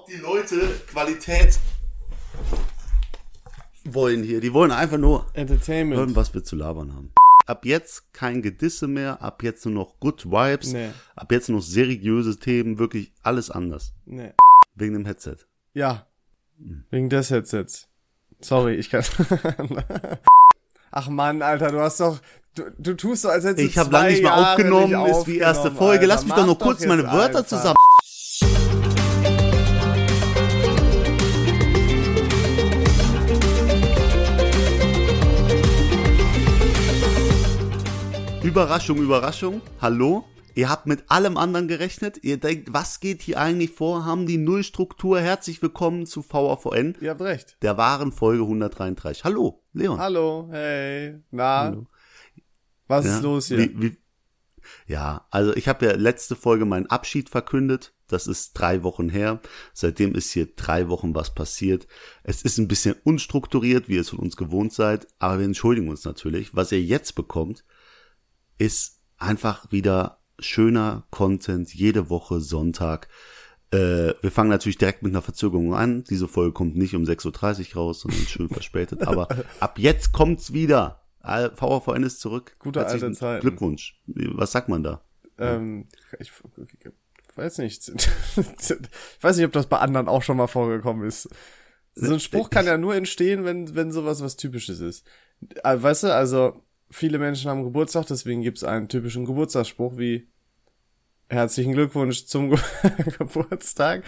die Leute Qualität wollen hier. Die wollen einfach nur Entertainment hören, was wir zu labern haben. Ab jetzt kein Gedisse mehr, ab jetzt nur noch Good Vibes, ab jetzt nur noch seriöse Themen, wirklich alles anders. Nee. Wegen dem Headset. Ja, wegen des Headsets. Sorry, ich kann... Ach Mann, Alter, du hast doch... Du tust so, als hättest du Ich habe lange nicht mehr aufgenommen, ist wie erste Folge. Alter, lass mich doch nur kurz meine Wörter zusammen... Überraschung, Überraschung. Hallo? Ihr habt mit allem anderen gerechnet. Ihr denkt, was geht hier eigentlich vor? Haben die Nullstruktur? Herzlich willkommen zu VAVN. Ihr habt recht. Der wahren Folge 133. Hallo, Leon. Hallo, hey. Na? Hallo. Was ist los hier? Ja, also ich habe ja letzte Folge meinen Abschied verkündet. Das ist 3 Wochen her. Seitdem ist hier 3 Wochen was passiert. Es ist ein bisschen unstrukturiert, wie ihr es von uns gewohnt seid. Aber wir entschuldigen uns natürlich. Was ihr jetzt bekommt, ist einfach wieder schöner Content, jede Woche Sonntag. Wir fangen natürlich direkt mit einer Verzögerung an. Diese Folge kommt nicht um 6.30 Uhr raus, sondern schön verspätet. Aber ab jetzt kommt's wieder. VAVN ist zurück. Gute alte Zeit. Glückwunsch. Was sagt man da? Ich weiß nicht. Ich weiß nicht, ob das bei anderen auch schon mal vorgekommen ist. So ein Spruch kann ja nur entstehen, wenn sowas was Typisches ist. Weißt du, also viele Menschen haben Geburtstag, deswegen gibt's einen typischen Geburtstagsspruch wie herzlichen Glückwunsch zum Geburtstag.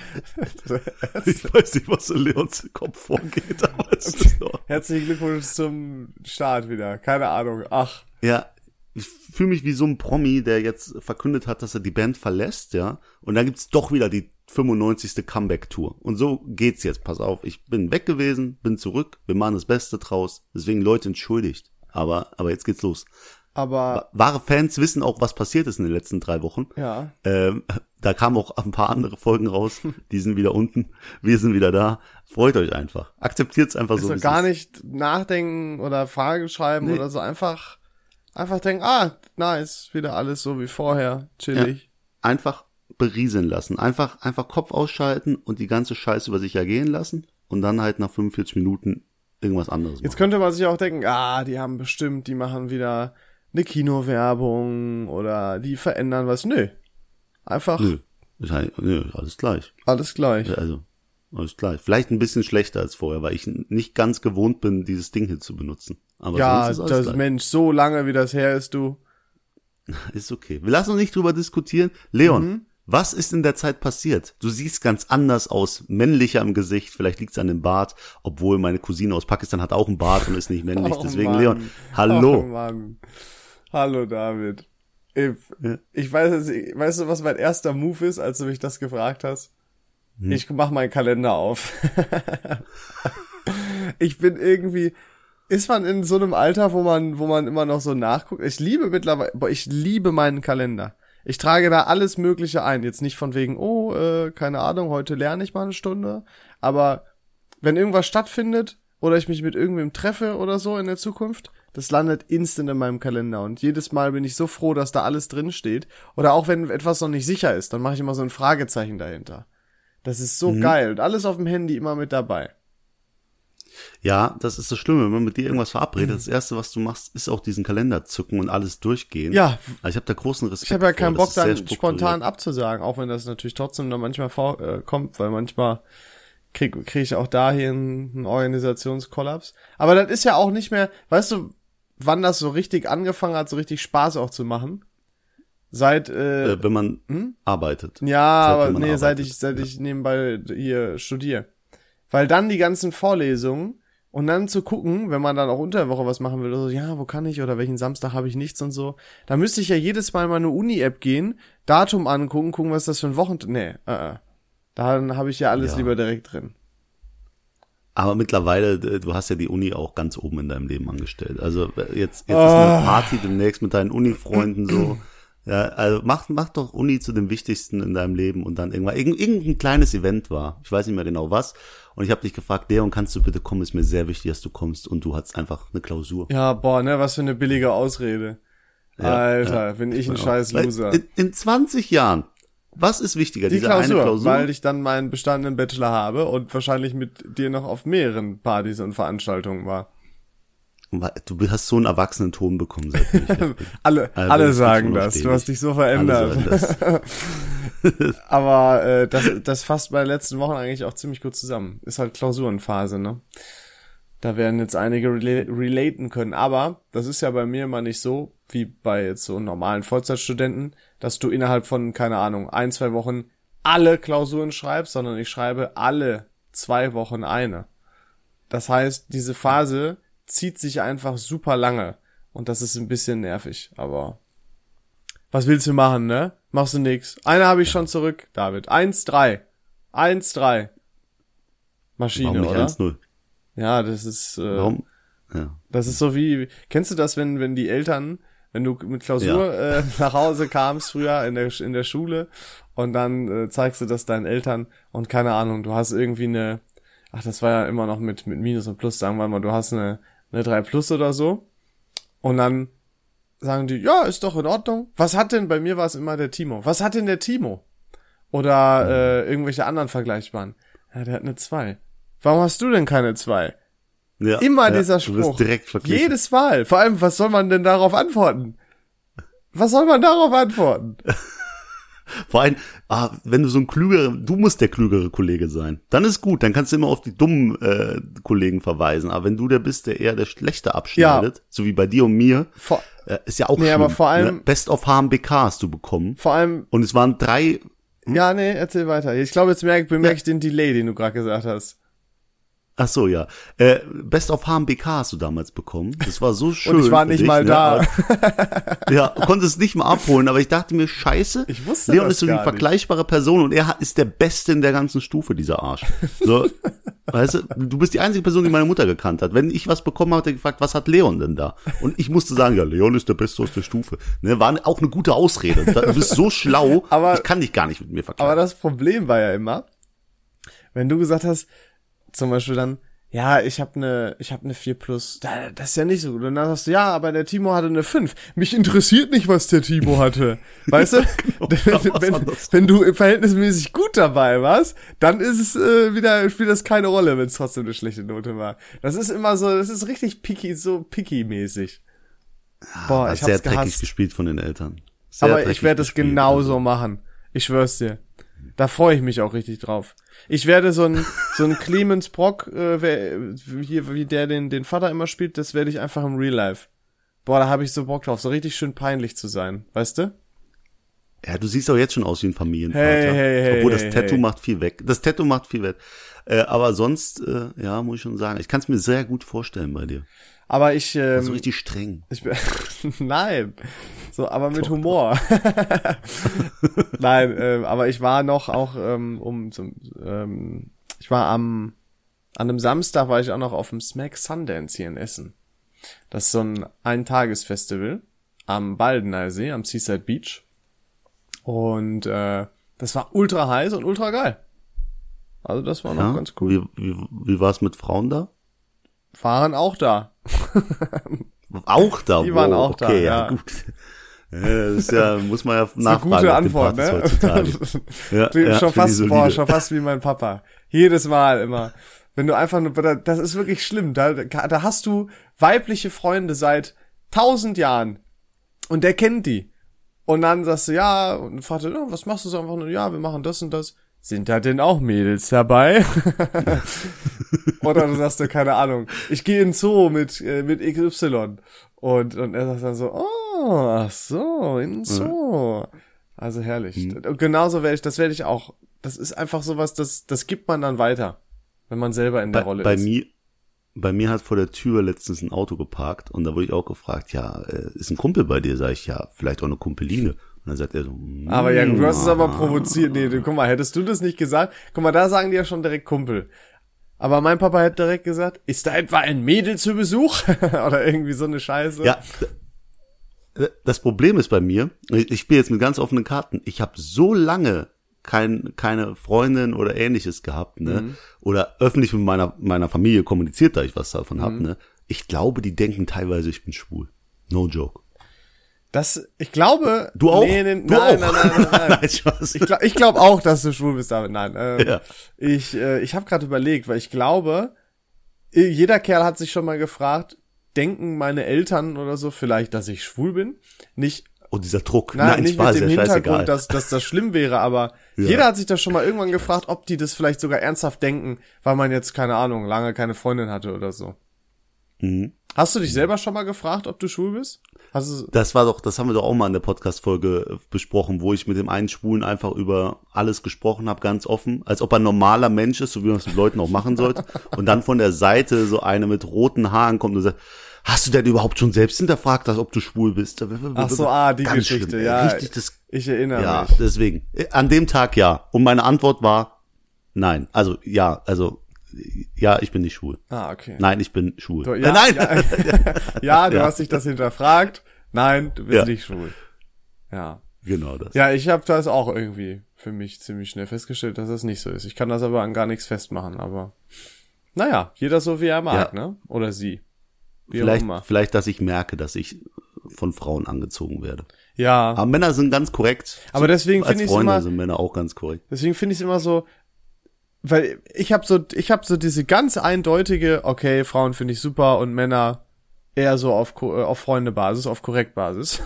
Ich weiß nicht, was in Leons Kopf vorgeht, aber es ist noch. Herzlichen Glückwunsch zum Start wieder. Keine Ahnung. Ach. Ja, ich fühle mich wie so ein Promi, der jetzt verkündet hat, dass er die Band verlässt, ja. Und dann gibt's doch wieder die 95. Comeback-Tour. Und so geht's jetzt. Pass auf, ich bin weg gewesen, bin zurück, wir machen das Beste draus. Deswegen Leute entschuldigt. Aber jetzt geht's los. Aber wahre Fans wissen auch, was passiert ist in den letzten 3 Wochen. Ja. Da kamen auch ein paar andere Folgen raus. Die sind wieder unten. Wir sind wieder da. Freut euch einfach. Akzeptiert's einfach so. Also gar nicht nachdenken oder Fragen schreiben oder so. Einfach denken, nice, wieder alles so wie vorher. Chillig. Ja, einfach berieseln lassen. Einfach Kopf ausschalten und die ganze Scheiße über sich ergehen lassen. Und dann halt nach 45 Minuten irgendwas anderes machen. Jetzt könnte man sich auch denken, die machen wieder eine Kinowerbung oder die verändern was. Nö. Einfach. Nö, alles gleich. Alles gleich. Also, alles gleich. Vielleicht ein bisschen schlechter als vorher, weil ich nicht ganz gewohnt bin, dieses Ding hier zu benutzen. Aber ja, sonst ist alles das gleich. Mensch, so lange wie das her ist, du. Ist okay. Wir lassen uns nicht drüber diskutieren. Leon, was ist in der Zeit passiert? Du siehst ganz anders aus, männlicher im Gesicht, vielleicht liegt's an dem Bart, obwohl meine Cousine aus Pakistan hat auch einen Bart und ist nicht männlich, deswegen Mann. Leon, hallo. Oh Mann. Hallo David. Ich weiß jetzt, weißt du, was mein erster Move ist, als du mich das gefragt hast? Ich mach meinen Kalender auf. Ich bin irgendwie, ist man in so einem Alter, wo man immer noch so nachguckt? Ich liebe meinen Kalender. Ich trage da alles Mögliche ein. Jetzt nicht von wegen, keine Ahnung, heute lerne ich mal eine Stunde. Aber wenn irgendwas stattfindet oder ich mich mit irgendwem treffe oder so in der Zukunft, das landet instant in meinem Kalender. Und jedes Mal bin ich so froh, dass da alles drin steht. Oder auch wenn etwas noch nicht sicher ist, dann mache ich immer so ein Fragezeichen dahinter. Das ist so geil. Und alles auf dem Handy immer mit dabei. Ja, das ist das Schlimme, wenn man mit dir irgendwas verabredet, das Erste, was du machst, ist auch diesen Kalender zücken und alles durchgehen. Ja. Also ich habe da großen Respekt. Ich habe ja keinen Bock, dann spontan spontan abzusagen, auch wenn das natürlich trotzdem dann manchmal vorkommt, weil manchmal krieg ich auch dahin einen Organisationskollaps. Aber das ist ja auch nicht mehr, weißt du, wann das so richtig angefangen hat, so richtig Spaß auch zu machen? Seit wenn man arbeitet. Ja, aber nee, seit ich nebenbei hier studiere. Weil dann die ganzen Vorlesungen und dann zu gucken, wenn man dann auch unter der Woche was machen will, oder so, ja, wo kann ich oder welchen Samstag habe ich nichts und so. Da müsste ich ja jedes Mal in meine Uni-App gehen, Datum angucken, gucken, was ist das für ein Wochentag. Nee, Dann habe ich ja alles lieber direkt drin. Aber mittlerweile, du hast ja die Uni auch ganz oben in deinem Leben angestellt. Also jetzt ist eine Party demnächst mit deinen Uni-Freunden so. Ja, also mach doch Uni zu dem Wichtigsten in deinem Leben und dann irgendein kleines Event war. Ich weiß nicht mehr genau was. Und ich habe dich gefragt, Leon, kannst du bitte kommen? Ist mir sehr wichtig, dass du kommst. Und du hattest einfach eine Klausur. Ja, was für eine billige Ausrede. Ja, Alter, bin ich ein scheiß Loser. In 20 Jahren Was ist wichtiger, Die diese Klausur, eine Klausur? weil ich dann meinen bestandenen Bachelor habe und wahrscheinlich mit dir noch auf mehreren Partys und Veranstaltungen war. Du hast so einen erwachsenen Ton bekommen, seitdem ich weg bin. Alle sagen das. Du hast dich so verändert. Alle sagen das. Aber das fasst bei den letzten Wochen eigentlich auch ziemlich gut zusammen. Ist halt Klausurenphase, ne? Da werden jetzt einige relaten können. Aber das ist ja bei mir immer nicht so, wie bei jetzt so normalen Vollzeitstudenten, dass du innerhalb von, keine Ahnung, 1-2 Wochen alle Klausuren schreibst, sondern ich schreibe alle 2 Wochen eine. Das heißt, diese Phase zieht sich einfach super lange. Und das ist ein bisschen nervig. Aber was willst du machen, ne? Machst du nix. Eine habe ich schon zurück, David. 1-3. 1-3. Maschine, Warum nicht oder? 1-0? Ja, das ist Warum? Ja. das ist so wie, kennst du das, wenn die Eltern, wenn du mit Klausur nach Hause kamst früher in der Schule und dann zeigst du das deinen Eltern und keine Ahnung, du hast irgendwie das war ja immer noch mit Minus und Plus, sagen wir mal, du hast eine 3 Plus oder so und dann sagen die, ja, ist doch in Ordnung. Bei mir war es immer der Timo. Was hat denn der Timo? Oder irgendwelche anderen vergleichbaren. Ja, der hat eine 2. Warum hast du denn keine 2? Ja, Immer dieser Du wirst Spruch. direkt verglichen. Jedes Mal. Vor allem, was soll man denn darauf antworten? Was soll man darauf antworten? Vor allem, wenn du musst der klügere Kollege sein. Dann ist gut, dann kannst du immer auf die dummen Kollegen verweisen. Aber wenn du der bist, der eher der Schlechte abschneidet, so wie bei dir und mir, ist ja auch schlimm. aber vor allem, ne? Best of HMBK hast du bekommen. Vor allem, und es waren 3. Ja, nee, erzähl weiter. Ich glaube, jetzt bemerke ich den Delay, den du gerade gesagt hast. Ach so, ja. Best of HMBK hast du damals bekommen. Das war so schön. Und ich war nicht mal da. Ja, konntest es nicht mal abholen, aber ich dachte mir, scheiße, ich wusste Leon das ist so die gar nicht. vergleichbare Person und er ist der Beste in der ganzen Stufe, dieser Arsch. So, weißt du bist die einzige Person, die meine Mutter gekannt hat. Wenn ich was bekommen habe, hat er gefragt, was hat Leon denn da? Und ich musste sagen, ja, Leon ist der Beste aus der Stufe. Ne, war auch eine gute Ausrede. Du bist so schlau, aber, ich kann dich gar nicht mit mir vergleichen. Aber das Problem war ja immer, wenn du gesagt hast, zum Beispiel dann, ja, ich hab eine 4 plus, das ist ja nicht so gut. Und dann sagst du, ja, aber der Timo hatte eine 5. Mich interessiert nicht, was der Timo hatte. Weißt du? Wenn du verhältnismäßig gut dabei warst, dann ist es spielt das keine Rolle, wenn es trotzdem eine schlechte Note war. Das ist immer so, das ist richtig picky-mäßig. Boah, ich hab's sehr dreckig gehasst. gespielt von den Eltern. Aber ich werde es genauso machen. Ich schwör's dir. Da freue ich mich auch richtig drauf. Ich werde so ein Clemens Brock, wie der den Vater immer spielt, das werde ich einfach im Real Life. Boah, da habe ich so Bock drauf, so richtig schön peinlich zu sein, weißt du? Ja, du siehst auch jetzt schon aus wie ein Familienvater. Hey, obwohl das Tattoo macht viel weg. Das Tattoo macht viel weg. Aber sonst, ja, muss ich schon sagen, ich kann es mir sehr gut vorstellen bei dir. Aber ich so richtig streng. Nein, so, aber mit Humor. Nein, aber ich war noch auch ich war an einem Samstag war ich auch noch auf dem Smack Sundance hier in Essen. Das ist so ein Eintagesfestival am Baldeneysee, am Seaside Beach. Und das war ultra heiß und ultra geil. Also das war noch ganz cool. Wie war es mit Frauen da? Waren auch da. Auch da? Die waren auch okay, da, ja. Gut. Das ist ja, muss man ja nachfragen. Eine gute Antwort, ne? Schon fast wie mein Papa. Jedes Mal immer. Wenn du einfach nur, das ist wirklich schlimm. Da hast du weibliche Freunde seit 1000 Jahren. Und der kennt die. Und dann sagst du, ja, und fragt er, was machst du so einfach nur? Ja, wir machen das und das. Sind da denn auch Mädels dabei? Oder du sagst dir, keine Ahnung, ich gehe in den Zoo mit XY. Und er sagt dann so, oh, ach so, in den Zoo. Also herrlich. Und genauso das werde ich auch. Das ist einfach sowas, das gibt man dann weiter, wenn man selber in der Rolle ist. Bei mir hat vor der Tür letztens ein Auto geparkt und da wurde ich auch gefragt, ja, ist ein Kumpel bei dir? Sag ich, ja, vielleicht auch eine Kumpeline. Und dann sagt er so, aber ja, du hast es aber provoziert. Nee, guck mal, hättest du das nicht gesagt? Guck mal, da sagen die ja schon direkt Kumpel. Aber mein Papa hätte direkt gesagt, ist da etwa ein Mädel zu Besuch? Oder irgendwie so eine Scheiße. Ja, das Problem ist bei mir, ich spiele jetzt mit ganz offenen Karten, ich habe so lange keine Freundin oder ähnliches gehabt, ne? Oder öffentlich mit meiner Familie kommuniziert, da ich was davon hab, ne? Ich glaube, die denken teilweise, ich bin schwul. No joke. Ich glaube. Du auch? Nein. Nein, Spaß. Ich glaube auch, dass du schwul bist, David. Nein. Ja. Ich habe gerade überlegt, weil ich glaube, jeder Kerl hat sich schon mal gefragt, denken meine Eltern oder so vielleicht, dass ich schwul bin? Nicht. Oh, dieser Druck. Nein, nicht Spaß, mit dem ja, Hintergrund, dass das schlimm wäre, aber Ja. jeder hat sich das schon mal irgendwann gefragt, ob die das vielleicht sogar ernsthaft denken, weil man jetzt, keine Ahnung, lange keine Freundin hatte oder so. Mhm. Hast du dich selber schon mal gefragt, ob du schwul bist? Das haben wir doch auch mal in der Podcast-Folge besprochen, wo ich mit dem einen Schwulen einfach über alles gesprochen habe, ganz offen, als ob er ein normaler Mensch ist, so wie man es mit Leuten auch machen sollte. Und dann von der Seite so eine mit roten Haaren kommt und sagt, hast du denn überhaupt schon selbst hinterfragt, ob du schwul bist? Ach so, die ganz Geschichte, schlimm, ja. Richtig, Ich erinnere ja, mich. deswegen. An dem Tag ja. Und meine Antwort war, nein. Also, ja, ich bin nicht schwul. Okay. Nein, ich bin schwul. Nein! Ja, du Ja. hast dich das hinterfragt. Nein, du bist Ja. nicht schwul. Ja. Genau das. Ja, ich habe das auch irgendwie für mich ziemlich schnell festgestellt, dass das nicht so ist. Ich kann das aber an gar nichts festmachen, aber naja, jeder so wie er mag, Ja. ne? Oder sie. Wie auch immer. Vielleicht, dass ich merke, dass ich von Frauen angezogen werde. Ja, Aber Männer sind ganz korrekt. aber deswegen Als finde ich Freunde immer, sind Männer auch ganz korrekt. immer so, weil ich habe so diese ganz eindeutige, okay, Frauen finde ich super und Männer eher so auf Freundebasis, auf Korrektbasis.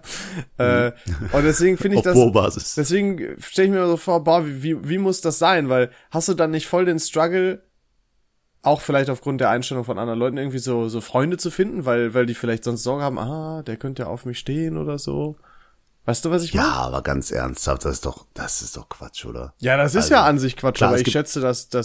Und deswegen finde ich Auf das, Pro-Basis. deswegen stelle ich mir so vor, boah, wie muss das sein? Weil hast du dann nicht voll den Struggle, auch vielleicht aufgrund der Einstellung von anderen Leuten irgendwie so Freunde zu finden, weil die vielleicht sonst Sorge haben, der könnte ja auf mich stehen oder so. Weißt du, was ich meine? Ja, aber ganz ernsthaft, das ist doch Quatsch, oder? Ja, das ist Also, ja an sich Quatsch, klar, aber es ich gibt- schätze,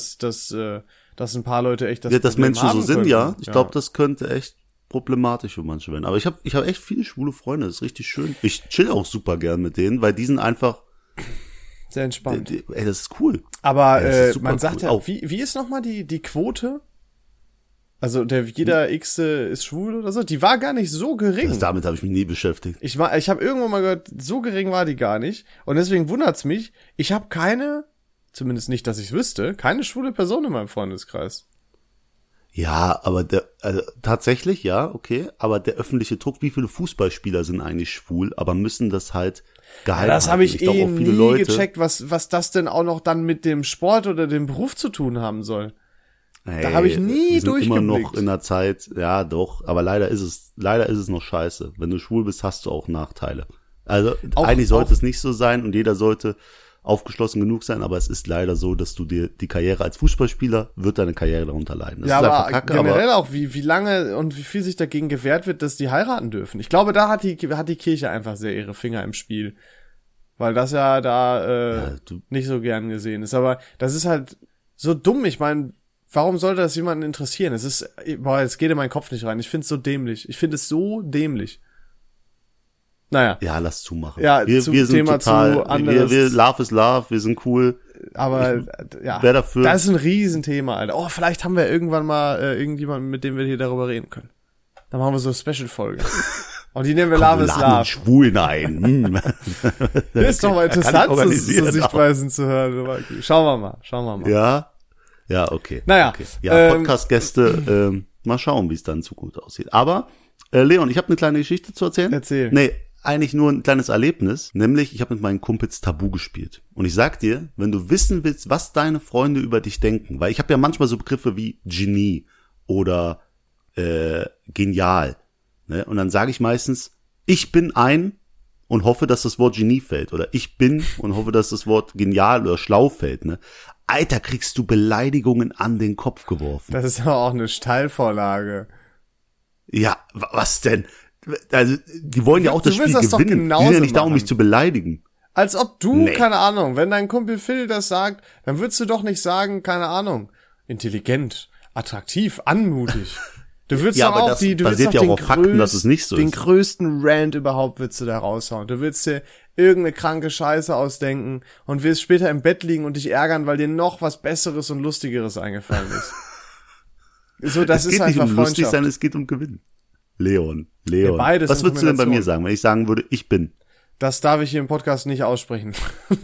dass ein paar Leute echt das Ja, dass Problem Menschen so haben sind, können. ja. Ich glaube, das könnte echt problematisch für manche werden. Aber ich hab echt viele schwule Freunde, das ist richtig schön. Ich chill auch super gern mit denen, weil die sind einfach, Sehr entspannt. ey, das ist cool. Aber Ja, das ist super man sagt cool. ja, Auch- wie ist nochmal die Quote? Also jeder X ist schwul oder so, die war gar nicht so gering. Damit habe ich mich nie beschäftigt. Ich habe irgendwo mal gehört, so gering war die gar nicht. Und deswegen wundert's mich, ich habe keine, zumindest nicht, dass ich wüsste, keine schwule Person in meinem Freundeskreis. Ja, aber tatsächlich, ja, okay, aber der öffentliche Druck, wie viele Fußballspieler sind eigentlich schwul, aber müssen das halt geheim Das habe ich glaub, auch nie gecheckt, was das denn auch noch dann mit dem Sport oder dem Beruf zu tun haben soll. Da habe ich nie wir sind immer noch durchgeblickt. in der Zeit, ja doch, aber leider ist es noch scheiße. Wenn du schwul bist, hast du auch Nachteile. Also eigentlich sollte es nicht so sein und jeder sollte aufgeschlossen genug sein, aber es ist leider so, dass du dir die Karriere als Fußballspieler wird deine Karriere darunter leiden. Das Ja, ist aber einfach Kacke, generell auch, wie lange und wie viel sich dagegen gewehrt wird, dass die heiraten dürfen. Ich glaube, da hat die Kirche einfach sehr ihre Finger im Spiel. Weil das ja da nicht so gern gesehen ist. Aber das ist halt so dumm. Ich meine, warum sollte das jemanden interessieren? Es geht in meinen Kopf nicht rein. Ich finde es so dämlich. Naja. Ja, lass zumachen. Ja, wir sind Thema total, zu anderes. wir Love is Love, wir sind cool. Aber wär dafür. Das ist ein Riesenthema, Alter. Oh, vielleicht haben wir irgendwann mal irgendjemanden, mit dem wir hier darüber reden können. Dann machen wir so eine Special-Folge. Und die nennen wir Love is laden Love. Schwulen ein. Das ist doch mal Kann ich interessant, so organisieren, Sichtweisen zu hören. Aber okay. Schauen wir mal. Ja, okay. Naja, okay. Ja, Podcast-Gäste, mal schauen, wie es dann in Zukunft aussieht. Aber, Leon, ich habe eine kleine Geschichte zu erzählen. Erzähl. Nee, eigentlich nur ein kleines Erlebnis. Nämlich, ich habe mit meinen Kumpels Tabu gespielt. Und ich sag dir, wenn du wissen willst, was deine Freunde über dich denken, weil ich habe ja manchmal so Begriffe wie Genie oder genial. Ne? Und dann sage ich meistens, ich bin ein und hoffe, dass das Wort Genie fällt. Oder ich bin und hoffe, dass das Wort genial oder schlau fällt. Ne? Alter, kriegst du Beleidigungen an den Kopf geworfen. Das ist aber auch eine Steilvorlage. Ja, was denn? Also, die wollen ja auch das Du willst Spiel das doch gewinnen. Die genauso sind ja nicht da, um machen. mich zu beleidigen. Als ob du, Nee. keine Ahnung, wenn dein Kumpel Phil das sagt, dann würdest du doch nicht sagen, keine Ahnung, intelligent, attraktiv, anmutig. Du würdest Ja, doch aber auch das du basiert würdest ja doch auch auf Fakten, dass es nicht so den ist. größten Rant überhaupt würdest du da raushauen. Du würdest dir irgendeine kranke Scheiße ausdenken und wirst später im Bett liegen und dich ärgern, weil dir noch was Besseres und Lustigeres eingefallen ist. So, das Es ist geht nicht einfach um lustig Freundschaft. sein, es geht um Gewinnen. Leon. beides Was in würdest du denn bei mir Kombination. sagen, wenn ich sagen würde, ich bin? Das darf ich hier im Podcast nicht aussprechen.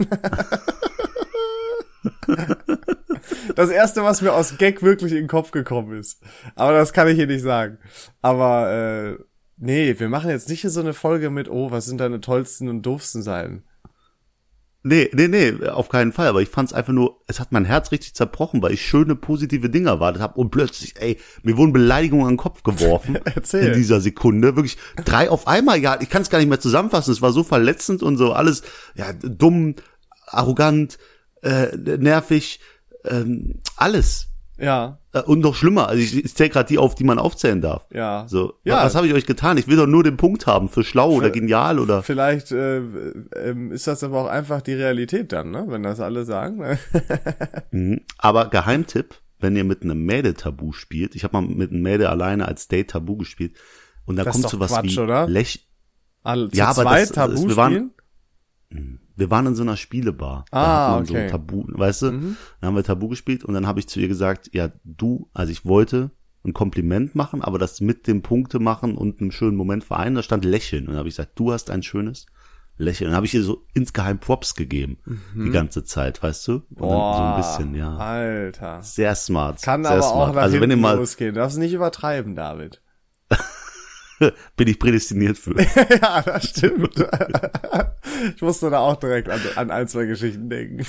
Das erste, was mir aus Gag wirklich in den Kopf gekommen ist. Aber das kann ich hier nicht sagen. Aber Nee, wir machen jetzt nicht hier so eine Folge mit, oh, was sind deine tollsten und doofsten Seiten? Nee, auf keinen Fall. Aber ich fand's einfach nur, es hat mein Herz richtig zerbrochen, weil ich schöne, positive Dinge erwartet habe. Und plötzlich, mir wurden Beleidigungen an den Kopf geworfen. Erzähl. In dieser Sekunde. Wirklich 3 auf einmal. Ja, ich kann es gar nicht mehr zusammenfassen. Es war so verletzend und so alles, ja, dumm, arrogant, nervig, alles. Ja. Und noch schlimmer, also ich zähle gerade die auf, die man aufzählen darf. Ja. So, ja. Was habe ich euch getan? Ich will doch nur den Punkt haben für schlau oder genial oder. Vielleicht ist das aber auch einfach die Realität dann, ne? Wenn das alle sagen. Aber Geheimtipp, wenn ihr mit einem Mädel-Tabu spielt, ich habe mal mit einem Mädel alleine als Date Tabu gespielt und da das kommt ist doch sowas Quatsch, wie oder? Ja, aber das Tabu spielen? Wir waren in so einer Spielebar. Ah, da hat man okay. so Tabu, weißt du? Dann haben wir Tabu gespielt und dann habe ich zu ihr gesagt, ja, also ich wollte ein Kompliment machen, aber das mit dem Punkte machen und einem schönen Moment vereinen, da stand Lächeln. Und dann habe ich gesagt, du hast ein schönes Lächeln. Und dann habe ich ihr so insgeheim Props gegeben, die ganze Zeit, weißt du? Und dann so ein bisschen, ja. Alter. Sehr smart. Kann sehr aber smart. auch nach also wenn ihr hinten mal losgehen. Du darfst nicht übertreiben, David. bin ich prädestiniert für. Ja, das stimmt. Ich musste da auch direkt an ein, zwei Geschichten denken.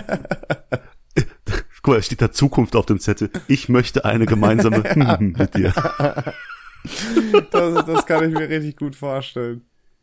Guck mal, da steht da Zukunft auf dem Zettel. Ich möchte eine gemeinsame mit dir. Das kann ich mir richtig gut vorstellen.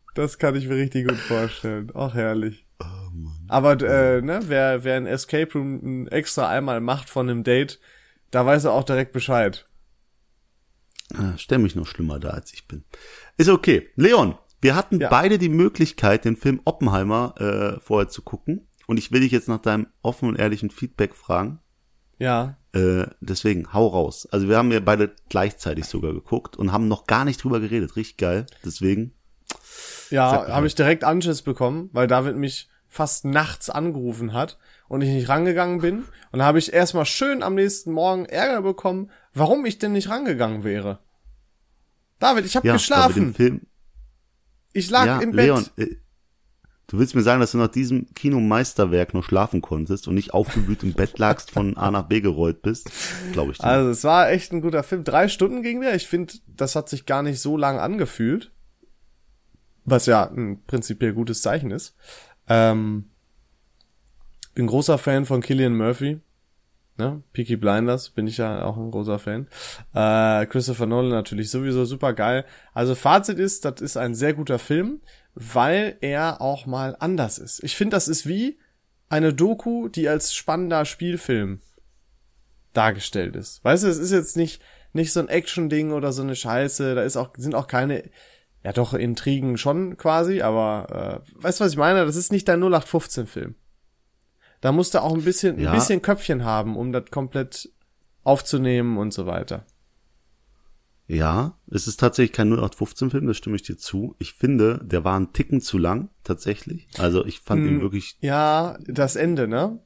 Ach, herrlich. Oh, Mann. Aber wer ein Escape Room extra einmal macht von einem Date, da weiß er auch direkt Bescheid. Stell mich noch schlimmer da, als ich bin. Ist okay. Leon, wir hatten beide die Möglichkeit, den Film Oppenheimer vorher zu gucken. Und ich will dich jetzt nach deinem offenen und ehrlichen Feedback fragen. Ja. Deswegen, hau raus. Also wir haben ja beide gleichzeitig sogar geguckt und haben noch gar nicht drüber geredet. Richtig geil. Deswegen. Ja, habe ich direkt Anschiss bekommen, weil David mich fast nachts angerufen hat und ich nicht rangegangen bin. Und da habe ich erstmal schön am nächsten Morgen Ärger bekommen, warum ich denn nicht rangegangen wäre. David, ich habe geschlafen. Ich lag im Bett. Leon, du willst mir sagen, dass du nach diesem Kinomeisterwerk noch schlafen konntest und nicht aufgewühlt im Bett lagst, von A nach B gerollt bist? Glaube ich dir. Also es war echt ein guter Film. 3 Stunden ging der. Ich finde, das hat sich gar nicht so lang angefühlt. Was ja ein prinzipiell gutes Zeichen ist. Bin großer Fan von Cillian Murphy. Ne? Peaky Blinders bin ich ja auch ein großer Fan. Christopher Nolan natürlich sowieso super geil. Also Fazit ist, das ist ein sehr guter Film, weil er auch mal anders ist. Ich finde, das ist wie eine Doku, die als spannender Spielfilm dargestellt ist. Weißt du, es ist jetzt nicht so ein Action-Ding oder so eine Scheiße. Da sind auch keine, ja doch, Intrigen schon quasi, aber weißt du, was ich meine? Das ist nicht dein 0815-Film. Da musst du auch ein bisschen Köpfchen haben, um das komplett aufzunehmen und so weiter. Ja, es ist tatsächlich kein 0815-Film, das stimme ich dir zu. Ich finde, der war ein Ticken zu lang, tatsächlich. Also ich fand ihn wirklich... Ja, das Ende, ne?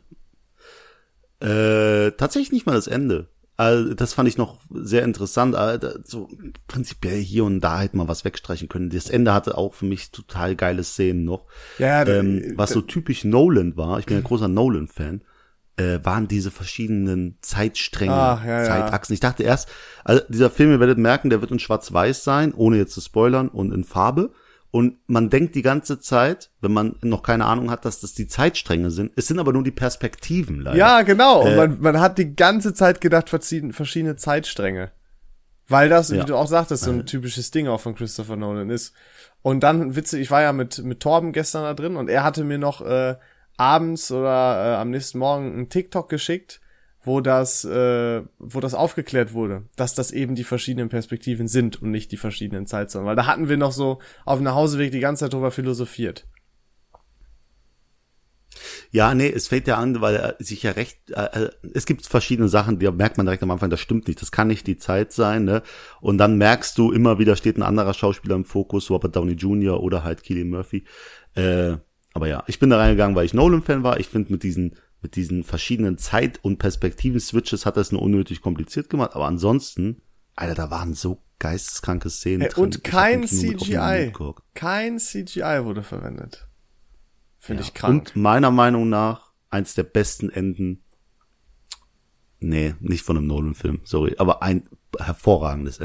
Tatsächlich nicht mal das Ende. Also das fand ich noch sehr interessant. So prinzipiell hier und da hätte man was wegstreichen können. Das Ende hatte auch für mich total geile Szenen noch. Ja, was so typisch Nolan war, ich bin ein großer Nolan-Fan, waren diese verschiedenen Zeitstränge, Zeitachsen. Ich dachte erst, also dieser Film, ihr werdet merken, der wird in Schwarz-Weiß sein, ohne jetzt zu spoilern, und in Farbe. Und man denkt die ganze Zeit, wenn man noch keine Ahnung hat, dass das die Zeitstränge sind. Es sind aber nur die Perspektiven leider. Ja, genau. Und man hat die ganze Zeit gedacht, verschiedene Zeitstränge. Weil das, wie du auch sagtest, so ein typisches Ding auch von Christopher Nolan ist. Und dann, witzig, ich war ja mit Torben gestern da drin und er hatte mir noch abends oder am nächsten Morgen einen TikTok geschickt, wo das aufgeklärt wurde, dass das eben die verschiedenen Perspektiven sind und nicht die verschiedenen Zeitzonen. Weil da hatten wir noch so auf dem Nachhauseweg die ganze Zeit drüber philosophiert. Ja, nee, es fällt ja an, weil er sich ja es gibt verschiedene Sachen, die merkt man direkt am Anfang, das stimmt nicht, das kann nicht die Zeit sein, ne? Und dann merkst du immer wieder, steht ein anderer Schauspieler im Fokus, Robert Downey Jr. oder halt Cillian Murphy. Aber ja, ich bin da reingegangen, weil ich Nolan-Fan war. Ich finde, mit diesen verschiedenen Zeit- und Perspektiven-Switches hat das nur unnötig kompliziert gemacht. Aber ansonsten, Alter, da waren so geisteskranke Szenen drin. Und kein CGI. Kein CGI wurde verwendet. Finde ich krank. Und meiner Meinung nach eins der besten Enden. Nee, nicht von einem Nolan-Film, sorry. Aber ein hervorragendes Ende.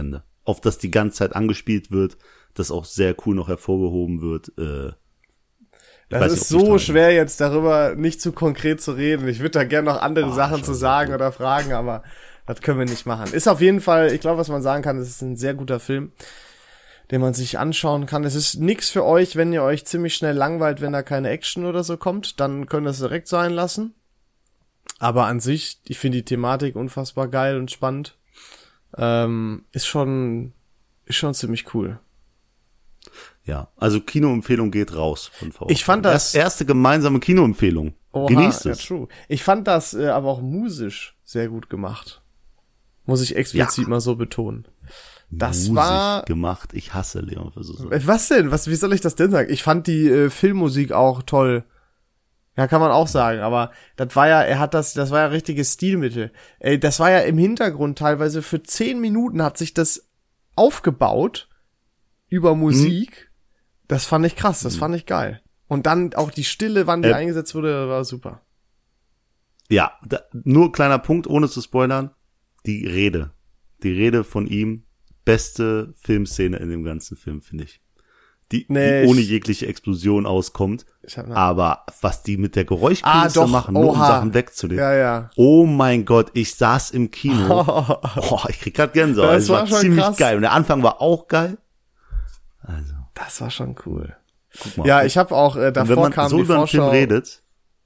auf das die ganze Zeit angespielt wird, das auch sehr cool noch hervorgehoben wird. Das ist so schwer jetzt darüber nicht zu konkret zu reden. Ich würde da gerne noch andere Sachen zu sagen oder fragen, aber das können wir nicht machen. Ist auf jeden Fall, ich glaube, was man sagen kann, es ist ein sehr guter Film, den man sich anschauen kann. Es ist nix für euch, wenn ihr euch ziemlich schnell langweilt, wenn da keine Action oder so kommt, dann könnt ihr es direkt sein lassen. Aber an sich, ich finde die Thematik unfassbar geil und spannend. Ist schon ziemlich cool. Ja, also Kinoempfehlung geht raus von VfB. Ich fand das erste gemeinsame Kinoempfehlung. Oha, Genießt es. Ja, true. Ich fand das aber auch musisch sehr gut gemacht. Muss ich explizit mal so betonen. Das Musik war gemacht. Ich hasse Leon für so. Was denn? Wie soll ich das denn sagen? Ich fand die Filmmusik auch toll. Ja, kann man auch sagen, aber das war ja, das war ja richtiges Stilmittel. Das war ja im Hintergrund teilweise für 10 Minuten hat sich das aufgebaut über Musik. Das fand ich krass, das fand ich geil. Und dann auch die Stille, wann die eingesetzt wurde, war super. Ja, nur kleiner Punkt, ohne zu spoilern. Die Rede von ihm, beste Filmszene in dem ganzen Film, finde ich. Die ohne jegliche Explosion auskommt. Aber was die mit der Geräuschkulisse machen, nur um Sachen wegzunehmen. Ja. Oh mein Gott, ich saß im Kino. Ich krieg grad Gänsehaut. Das war ziemlich krass. Geil. Und der Anfang war auch geil. Also. Das war schon cool. Guck mal. Ja, ich habe auch davor kam so die über Vorschau. Film redet.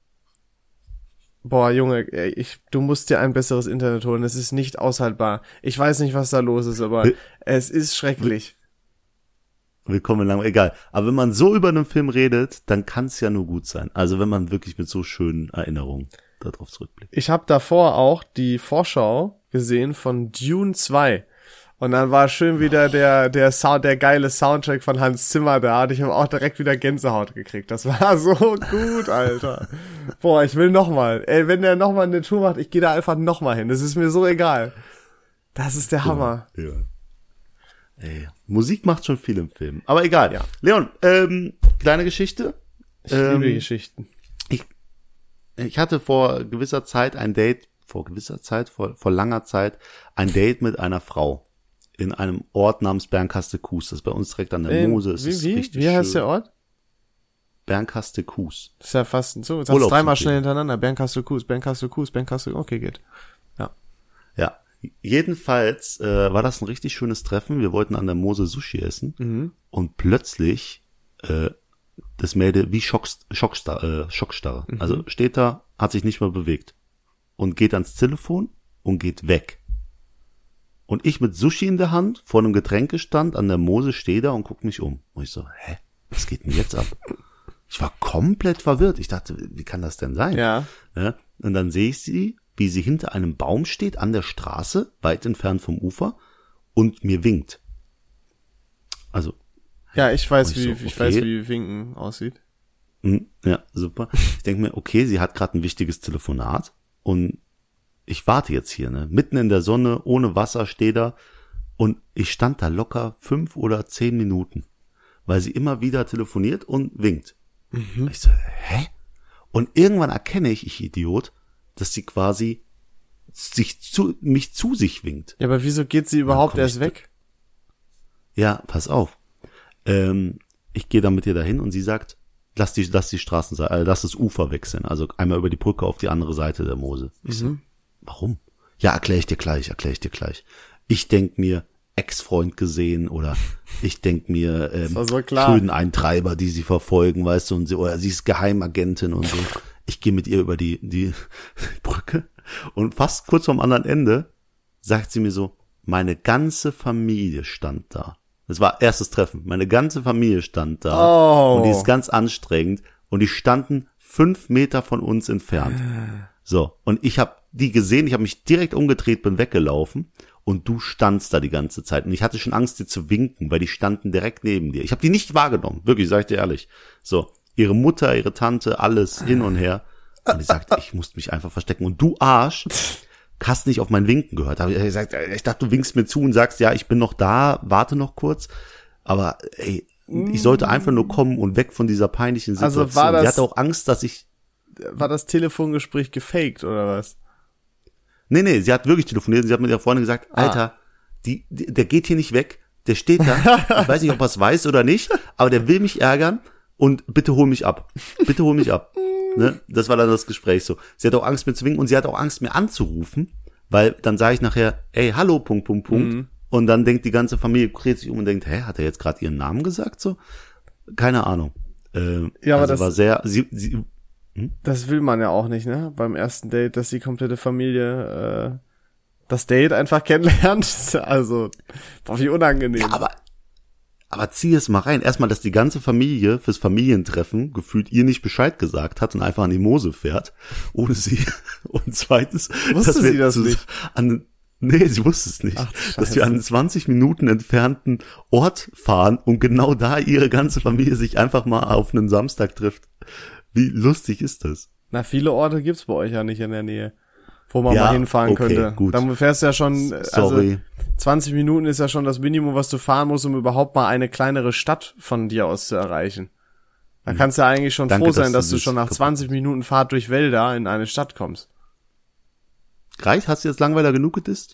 Boah, Junge, du musst dir ein besseres Internet holen. Es ist nicht aushaltbar. Ich weiß nicht, was da los ist, aber es ist schrecklich. Willkommen lang, egal. Aber wenn man so über einen Film redet, dann kann es ja nur gut sein. Also wenn man wirklich mit so schönen Erinnerungen darauf zurückblickt. Ich habe davor auch die Vorschau gesehen von Dune 2. Und dann war schön wieder der geile Soundtrack von Hans Zimmer da. Und ich habe auch direkt wieder Gänsehaut gekriegt. Das war so gut, Alter. Boah, ich will nochmal. Wenn der nochmal eine Tour macht, ich gehe da einfach nochmal hin. Das ist mir so egal. Das ist der Hammer. Ja. Ey, Musik macht schon viel im Film. Aber egal. Ja. Leon, kleine Geschichte. Ich liebe Geschichten. Ich hatte vor langer Zeit ein Date mit einer Frau in einem Ort namens Bernkastel-Kues. Das ist bei uns direkt an der Mose. Wie heißt der Ort? Bernkastel-Kues. Das ist ja fast so. Sag's dreimal schnell hintereinander. Bernkastel-Kues, Bernkastel-Kues, Bernkastel. Okay, geht. Ja. Jedenfalls war das ein richtig schönes Treffen. Wir wollten an der Mose Sushi essen und plötzlich das Mädel wie Schockstarre. Also steht da, hat sich nicht mehr bewegt und geht ans Telefon und geht weg. Und ich mit Sushi in der Hand vor einem Getränkestand an der Mose stehe da und gucke mich um. Und ich so, was geht denn jetzt ab? Ich war komplett verwirrt. Ich dachte, wie kann das denn sein? Ja. Und dann sehe ich sie, wie sie hinter einem Baum steht, an der Straße, weit entfernt vom Ufer, und mir winkt. Also. Ja, ich weiß, wie Winken aussieht. Ja, super. Ich denke mir, okay, sie hat gerade ein wichtiges Telefonat und ich warte jetzt hier, mitten in der Sonne, ohne Wasser, stehe da und ich stand da locker 5 oder 10 Minuten, weil sie immer wieder telefoniert und winkt. Ich so, Und irgendwann erkenne ich Idiot, dass sie quasi mich zu sich winkt. Ja, aber wieso geht sie überhaupt erst weg? Ja, pass auf. Ich gehe dann mit ihr dahin und sie sagt, lass das Ufer wechseln, also einmal über die Brücke auf die andere Seite der Mose. Ich so, warum? Ja, erkläre ich dir gleich. Ich denk mir, Ex-Freund gesehen oder ich denk mir, Schuldeneintreiber, die sie verfolgen, weißt du, oder sie ist Geheimagentin und so. Ich gehe mit ihr über die Brücke und fast kurz vorm anderen Ende sagt sie mir so, meine ganze Familie stand da. Das war erstes Treffen. Meine ganze Familie stand da und die ist ganz anstrengend und die standen 5 Meter von uns entfernt. So, und ich habe die gesehen, ich habe mich direkt umgedreht, bin weggelaufen und du standst da die ganze Zeit und ich hatte schon Angst, dir zu winken, weil die standen direkt neben dir. Ich habe die nicht wahrgenommen, wirklich, sag ich dir ehrlich. So, ihre Mutter, ihre Tante, alles hin und her. Und die sagt, ich musste mich einfach verstecken. Und du Arsch, hast nicht auf mein Winken gehört. Da habe ich gesagt, ich dachte, du winkst mir zu und sagst, ja, ich bin noch da, warte noch kurz. Aber ey, ich sollte einfach nur kommen und weg von dieser peinlichen Situation. Also war das, die hatte auch Angst, dass ich... War das Telefongespräch gefaked oder was? Nee, sie hat wirklich telefoniert. Sie hat mit ihrer Freundin gesagt, Alter, der geht hier nicht weg, der steht da, ich weiß nicht, ob er es weiß oder nicht, aber der will mich ärgern und bitte hol mich ab. Bitte hol mich ab. Ne? Das war dann das Gespräch so. Sie hat auch Angst, mir zu winken und sie hat auch Angst, mir anzurufen, weil dann sage ich nachher, ey, hallo, ... Und dann denkt die ganze Familie, dreht sich um und denkt, hä, hat er jetzt gerade ihren Namen gesagt so? Keine Ahnung. Ja, aber also das war sehr, das will man ja auch nicht, ne? Beim ersten Date, dass die komplette Familie das Date einfach kennenlernt. Also, boah, wie unangenehm. ja, aber zieh es mal rein. Erstmal, dass die ganze Familie fürs Familientreffen gefühlt ihr nicht Bescheid gesagt hat und einfach an die Mosel fährt, ohne sie. Und zweitens, Wusste sie das nicht? Nee, sie wusste es nicht. Ach, dass wir an einen 20 Minuten entfernten Ort fahren und genau da ihre ganze Familie sich einfach mal auf einen Samstag trifft. Wie lustig ist das? Na, viele Orte gibt's bei euch ja nicht in der Nähe, wo man Ja, mal hinfahren okay, könnte. gut. Dann fährst du ja schon, Sorry. also 20 Minuten ist ja schon das Minimum, was du fahren musst, um überhaupt mal eine kleinere Stadt von dir aus zu erreichen. Da kannst du ja eigentlich schon Danke, froh sein, dass dass du du schon das nach 20 Minuten Fahrt durch Wälder in eine Stadt kommst. Reicht? Hast du jetzt Langweiler genug gedisst?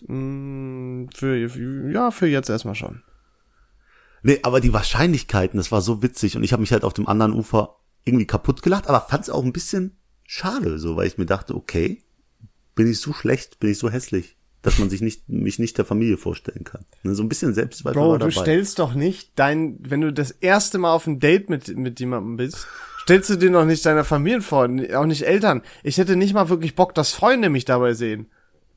Für jetzt erstmal schon. Nee, aber die Wahrscheinlichkeiten, das war so witzig und ich habe mich halt auf dem anderen Ufer irgendwie kaputt gelacht, aber fand es auch ein bisschen schade, so, weil ich mir dachte, okay, bin ich so schlecht, bin ich so hässlich, dass man mich nicht der Familie vorstellen kann. Ne, so ein bisschen Selbstzweifel Bro, war dabei. du stellst doch nicht wenn du das erste Mal auf ein Date mit jemandem bist, stellst du dir noch nicht deiner Familie vor, auch nicht Eltern. Ich hätte nicht mal wirklich Bock, dass Freunde mich dabei sehen.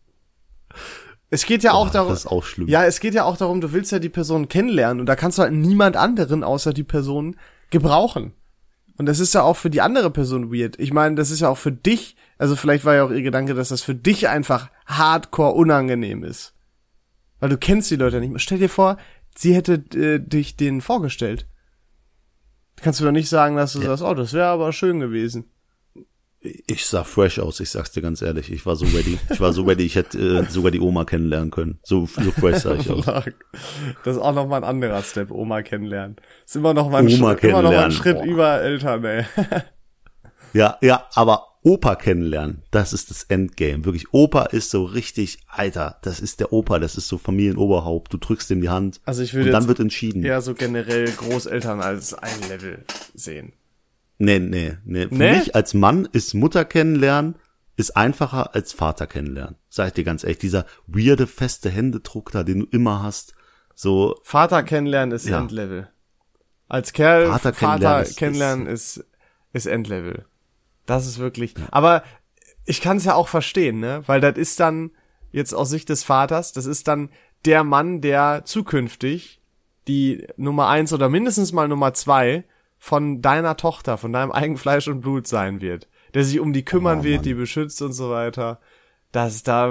Es geht ja auch darum. Das ist auch schlimm. Ja, es geht ja auch darum, du willst ja die Person kennenlernen und da kannst du halt niemand anderen außer die Person gebrauchen. Und das ist ja auch für die andere Person weird. Ich meine, das ist ja auch für dich, also vielleicht war ja auch ihr Gedanke, dass das für dich einfach hardcore unangenehm ist. Weil du kennst die Leute nicht mehr. Stell dir vor, sie hätte dich denen vorgestellt. Kannst du doch nicht sagen, dass du sagst, oh, das wäre aber schön gewesen. Ich sah fresh aus, ich sag's dir ganz ehrlich. Ich war so ready. Ich hätte sogar die Oma kennenlernen können. So fresh sah ich aus. Das ist auch noch mal ein anderer Step, Oma kennenlernen. Ist immer noch mal ein Schritt über Eltern, ey. Ja, aber Opa kennenlernen, das ist das Endgame. Wirklich, Opa ist so richtig, Alter, das ist der Opa, das ist so Familienoberhaupt. Du drückst ihm die Hand also ich würde und dann wird entschieden. Eher so generell Großeltern als ein Level sehen. Nee. Für mich als Mann ist Mutter kennenlernen ist einfacher als Vater kennenlernen. Sag ich dir ganz ehrlich, dieser weirde, feste Händedruck da, den du immer hast. So. Vater kennenlernen ist Endlevel. Als Kerl, Vater kennenlernen ist Endlevel. Das ist wirklich, aber ich kann es ja auch verstehen, ne, weil das ist dann, jetzt aus Sicht des Vaters, das ist dann der Mann, der zukünftig die Nummer 1 oder mindestens mal Nummer 2 von deiner Tochter, von deinem eigenen Fleisch und Blut sein wird, der sich um die kümmern wird, die beschützt und so weiter, dass da,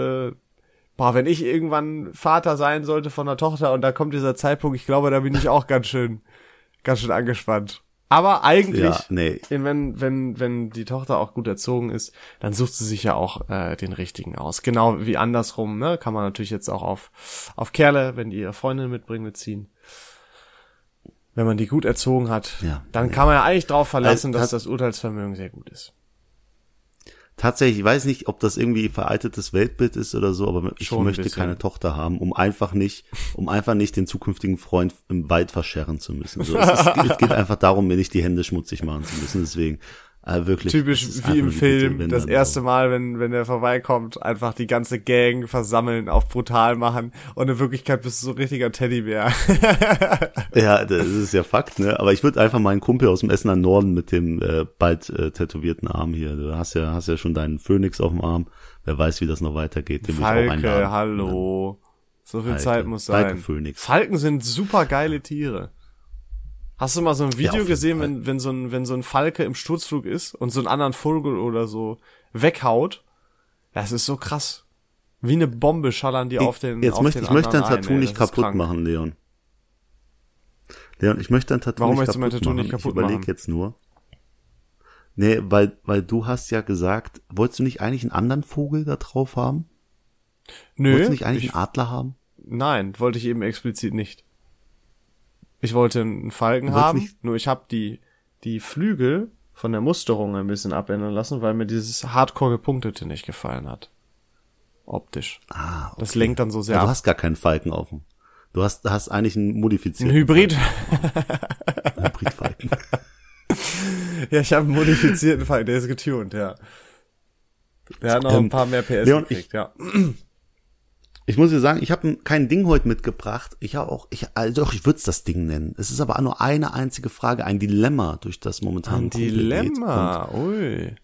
wenn ich irgendwann Vater sein sollte von einer Tochter und da kommt dieser Zeitpunkt, ich glaube, da bin ich auch ganz schön angespannt. Aber eigentlich, wenn die Tochter auch gut erzogen ist, dann sucht sie sich ja auch den richtigen aus. Genau wie andersrum, ne, kann man natürlich jetzt auch auf Kerle, wenn die ihre Freundin mitbringen, beziehen. Wenn man die gut erzogen hat, dann kann man ja eigentlich drauf verlassen, dass das Urteilsvermögen sehr gut ist. Tatsächlich, ich weiß nicht, ob das irgendwie veraltetes Weltbild ist oder so, aber ich möchte keine Tochter haben, um einfach nicht den zukünftigen Freund im Wald verscherren zu müssen. So, es geht einfach darum, mir nicht die Hände schmutzig machen zu müssen, deswegen wirklich. Typisch wie im Film, das erste Mal, wenn der vorbeikommt, einfach die ganze Gang versammeln, auf brutal machen und in Wirklichkeit bist du so ein richtiger Teddybär. Ja, das ist ja Fakt, ne? Aber ich würde einfach meinen Kumpel aus dem Essener Norden mit dem bald tätowierten Arm hier, du hast ja schon deinen Phönix auf dem Arm, wer weiß, wie das noch weitergeht. Den Falke, hallo. So viel Zeit muss sein. Falke, Phönix. Falken sind super geile Tiere. Hast du mal so ein Video gesehen, wenn so ein Falke im Sturzflug ist und so einen anderen Vogel oder so weghaut? Das ist so krass. Wie eine Bombe schallern die auf den Ich möchte dein Tattoo nicht kaputt machen, Leon. Ich möchte dein Tattoo Warum nicht möchtest du mein Tattoo nicht kaputt machen? Ich überlege jetzt nur. Nee, weil du hast ja gesagt, wolltest du nicht eigentlich einen anderen Vogel da drauf haben? Nö. Wolltest du nicht eigentlich einen Adler haben? Nein, wollte ich eben explizit nicht. Ich wollte einen Falken haben, nur ich habe die Flügel von der Musterung ein bisschen abändern lassen, weil mir dieses Hardcore gepunktete nicht gefallen hat. optisch. Okay. Das lenkt dann so sehr Ja, du ab. hast gar keinen Falken auf dem. Du hast eigentlich einen Ein modifizierten Hybrid. Hybridfalken. Ja, ich habe einen modifizierten Falken, der ist getuned, ja. Der hat noch ein paar mehr PS Leon, gekriegt, ja. Ich muss dir sagen, ich habe kein Ding heute mitgebracht. Ich würde es das Ding nennen. Es ist aber nur eine einzige Frage, ein Dilemma, durch das momentan Ein Dilemma, ui.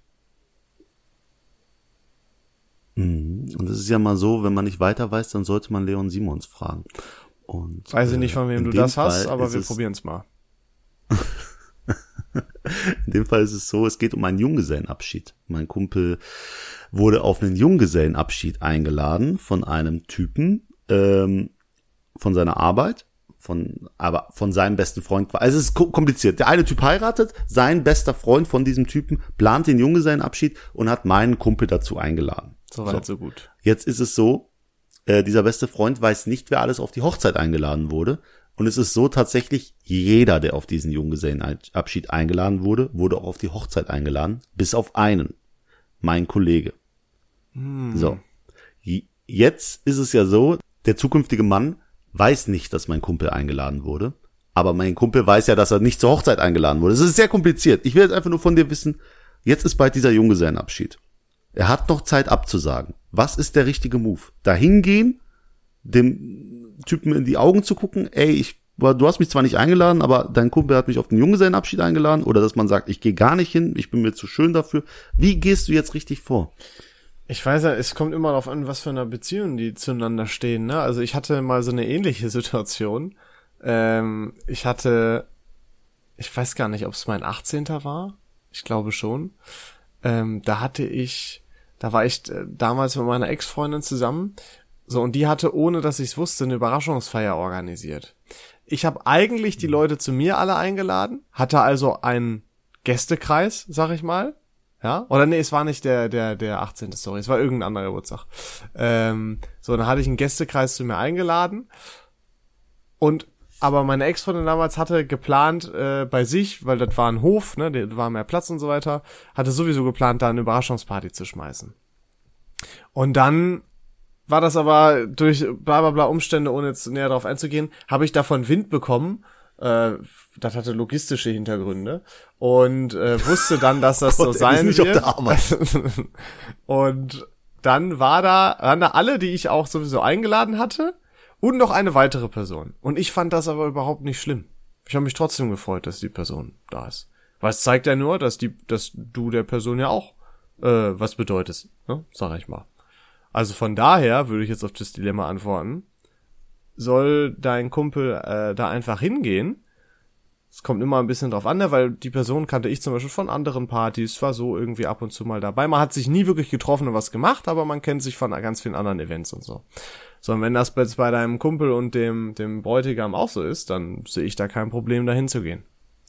Und es ist ja mal so, wenn man nicht weiter weiß, dann sollte man Leon Simons fragen. Und, Weiß ich nicht, von wem du das hast, aber wir probieren's mal. In dem Fall ist es so, es geht um einen Junggesellenabschied. Mein Kumpel wurde auf einen Junggesellenabschied eingeladen von einem Typen, von seiner Arbeit, aber von seinem besten Freund. Also es ist kompliziert. Der eine Typ heiratet, sein bester Freund von diesem Typen plant den Junggesellenabschied und hat meinen Kumpel dazu eingeladen. Soweit so gut. Jetzt ist es so, dieser beste Freund weiß nicht, wer alles auf die Hochzeit eingeladen wurde. Und es ist so tatsächlich, jeder, der auf diesen Junggesellenabschied eingeladen wurde, wurde auch auf die Hochzeit eingeladen, bis auf einen, mein Kollege. So, jetzt ist es ja so, der zukünftige Mann weiß nicht, dass mein Kumpel eingeladen wurde, aber mein Kumpel weiß ja, dass er nicht zur Hochzeit eingeladen wurde. Es ist sehr kompliziert. Ich will jetzt einfach nur von dir wissen, jetzt ist bald dieser Junggesellenabschied. Er hat noch Zeit abzusagen. Was ist der richtige Move? Dahin gehen, dem Typen in die Augen zu gucken, ey, du hast mich zwar nicht eingeladen, aber dein Kumpel hat mich auf den Junggesellenabschied eingeladen, oder dass man sagt, ich gehe gar nicht hin, ich bin mir zu schön dafür. Wie gehst du jetzt richtig vor? Ich weiß ja, es kommt immer darauf an, was für eine Beziehung die zueinander stehen, ne? Also ich hatte mal so eine ähnliche Situation. Ich weiß gar nicht, ob es mein 18. war. Ich glaube schon. Da war ich damals mit meiner Ex-Freundin zusammen. So, und die hatte, ohne dass ich es wusste, eine Überraschungsfeier organisiert. Ich habe eigentlich die Leute zu mir alle eingeladen, hatte also einen Gästekreis, sag ich mal. Ja, oder nee, es war nicht der 18. Sorry, es war irgendein anderer Geburtstag. So, dann hatte ich einen Gästekreis zu mir eingeladen. Aber meine Ex-Freundin damals hatte geplant, bei sich, weil das war ein Hof, ne, da war mehr Platz und so weiter, hatte sowieso geplant, da eine Überraschungsparty zu schmeißen. Und dann war das aber durch bla bla bla Umstände, ohne jetzt näher darauf einzugehen, habe ich davon Wind bekommen. Das hatte logistische Hintergründe und wusste dann, dass das so sein nicht wird. Auf der Arbeit. Und dann waren da alle, die ich auch sowieso eingeladen hatte und noch eine weitere Person. Und ich fand das aber überhaupt nicht schlimm. Ich habe mich trotzdem gefreut, dass die Person da ist. Weil es zeigt ja nur, dass du der Person ja auch was bedeutest, ne? Sag ich mal. Also von daher würde ich jetzt auf das Dilemma antworten. Soll dein Kumpel da einfach hingehen? Es kommt immer ein bisschen drauf an, ne? Weil die Person kannte ich zum Beispiel von anderen Partys, war so irgendwie ab und zu mal dabei. Man hat sich nie wirklich getroffen und was gemacht, aber man kennt sich von ganz vielen anderen Events und so. So, und wenn das jetzt bei deinem Kumpel und dem Bräutigam auch so ist, dann sehe ich da kein Problem, da hinzugehen.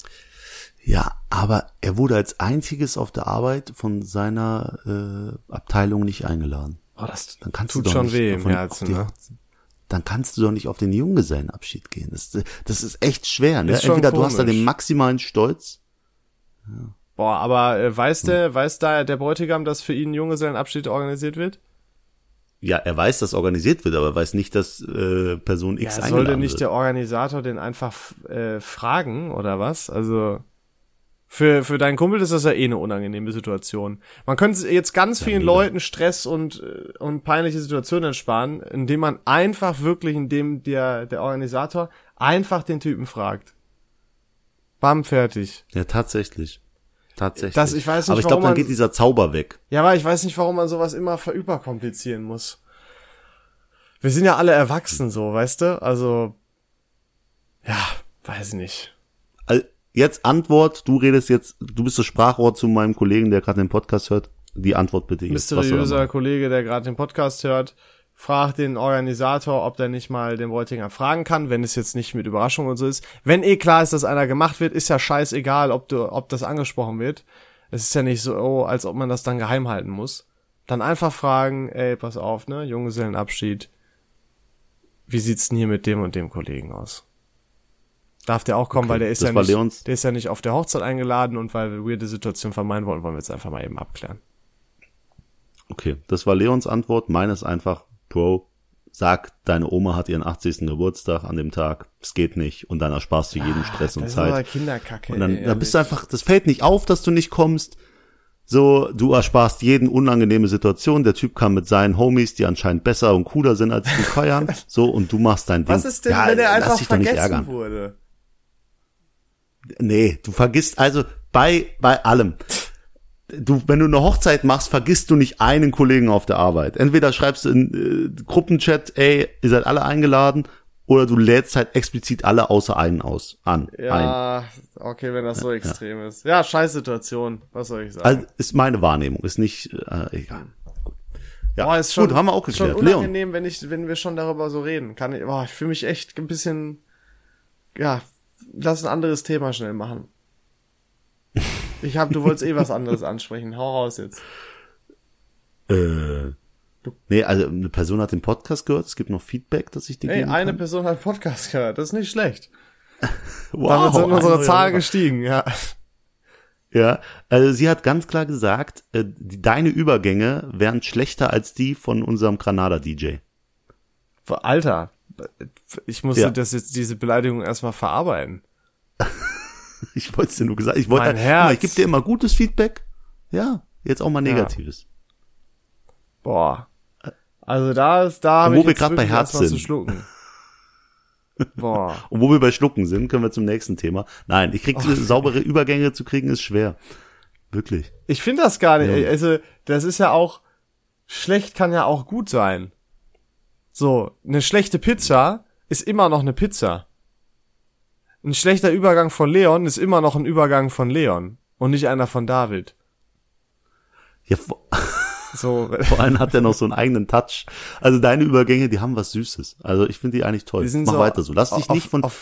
Ja, aber er wurde als einziges auf der Arbeit von seiner Abteilung nicht eingeladen. Oh, das Dann kannst tut du doch schon nicht weh im Herzen, ne? Dann kannst du doch nicht auf den Junggesellenabschied gehen. Das ist echt schwer, ne? Ist schon Entweder du hast da komisch. den maximalen Stolz. Boah, aber weiß da der Bräutigam, dass für ihn ein Junggesellenabschied organisiert wird? Ja, er weiß, dass organisiert wird, aber er weiß nicht, dass Person X Ja, eingeladen soll denn nicht wird. der Organisator den einfach fragen oder was? Also für deinen Kumpel ist das ja eh eine unangenehme Situation. Man könnte jetzt ganz vielen mega. Leuten Stress und peinliche Situationen ersparen, indem man einfach wirklich, indem der Organisator einfach den Typen fragt. Bam, fertig. Ja, tatsächlich. Ich weiß nicht, Aber ich glaube, warum dann man- geht dieser Zauber weg. Ja, aber ich weiß nicht, warum man sowas immer verüberkomplizieren muss. Wir sind ja alle erwachsen so, weißt du? Also, ja, weiß ich nicht. Jetzt Antwort, du bist das Sprachrohr zu meinem Kollegen, der gerade den Podcast hört. Die Antwort bitte jetzt. Was soll er Mysteriöser machen? Kollege, der gerade den Podcast hört, fragt den Organisator, ob der nicht mal den Bräutigam fragen kann, wenn es jetzt nicht mit Überraschung und so ist. Wenn klar ist, dass einer gemacht wird, ist ja scheißegal, ob das angesprochen wird. Es ist ja nicht so, als ob man das dann geheim halten muss. Dann einfach fragen, ey, pass auf, ne, Junggesellenabschied. Wie sieht's denn hier mit dem und dem Kollegen aus? Darf der auch kommen, Okay, weil der ist das ja war nicht, Leons- der ist ja nicht auf der Hochzeit eingeladen und weil wir weirde Situation vermeiden wollen wir jetzt einfach mal eben abklären. Okay, das war Leons Antwort. Meine ist einfach, Bro, sag, deine Oma hat ihren 80. Geburtstag an dem Tag. Es geht nicht. Und dann ersparst du jeden Stress und das Zeit. ist aber Kinderkacke. Und dann bist du einfach, das fällt nicht auf, dass du nicht kommst. So, du ersparst jeden unangenehme Situation. Der Typ kam mit seinen Homies, die anscheinend besser und cooler sind als die feiern. So, und du machst dein Ding. Was ist denn, wenn er einfach vergessen wurde? Nee, du vergisst also bei allem. Wenn du eine Hochzeit machst, vergisst du nicht einen Kollegen auf der Arbeit. Entweder schreibst du in Gruppenchat, ey, ihr seid alle eingeladen, oder du lädst halt explizit alle außer einen an. Ja, okay, wenn das so extrem ist. Ja, scheiß Situation, was soll ich sagen? Also ist meine Wahrnehmung, ist nicht egal. Ja, boah, ist schon, gut, haben wir auch geklärt. Schon unangenehm, wenn wir schon darüber so reden. Ich fühle mich echt ein bisschen, ja, lass ein anderes Thema schnell machen. Du wolltest was anderes ansprechen. Hau raus jetzt. Nee, also eine Person hat den Podcast gehört, es gibt noch Feedback, dass ich dir geben kann. Eine Person hat Podcast gehört, das ist nicht schlecht. Wow, damit sind unsere Zahlen gestiegen, ja. Ja, also sie hat ganz klar gesagt, deine Übergänge wären schlechter als die von unserem Granada-DJ. Alter, ich musste diese Beleidigung erstmal verarbeiten. Ich wollte es dir nur gesagt. Ich gebe dir immer gutes Feedback. Ja, jetzt auch mal Negatives. Ja. Boah. Also da habe ich jetzt gerade bei Herz sind. Zu schlucken. Boah. Und wo wir bei Schlucken sind, können wir zum nächsten Thema. Nein, saubere Übergänge zu kriegen ist schwer. Wirklich. Ich finde das gar nicht. Ja. Also, das ist ja auch, schlecht kann ja auch gut sein. So, eine schlechte Pizza ist immer noch eine Pizza. Ein schlechter Übergang von Leon ist immer noch ein Übergang von Leon und nicht einer von David. Ja, so. Vor allem hat er noch so einen eigenen Touch. Also deine Übergänge, die haben was Süßes. Also ich finde die eigentlich toll. Mach weiter so. Lass dich nicht von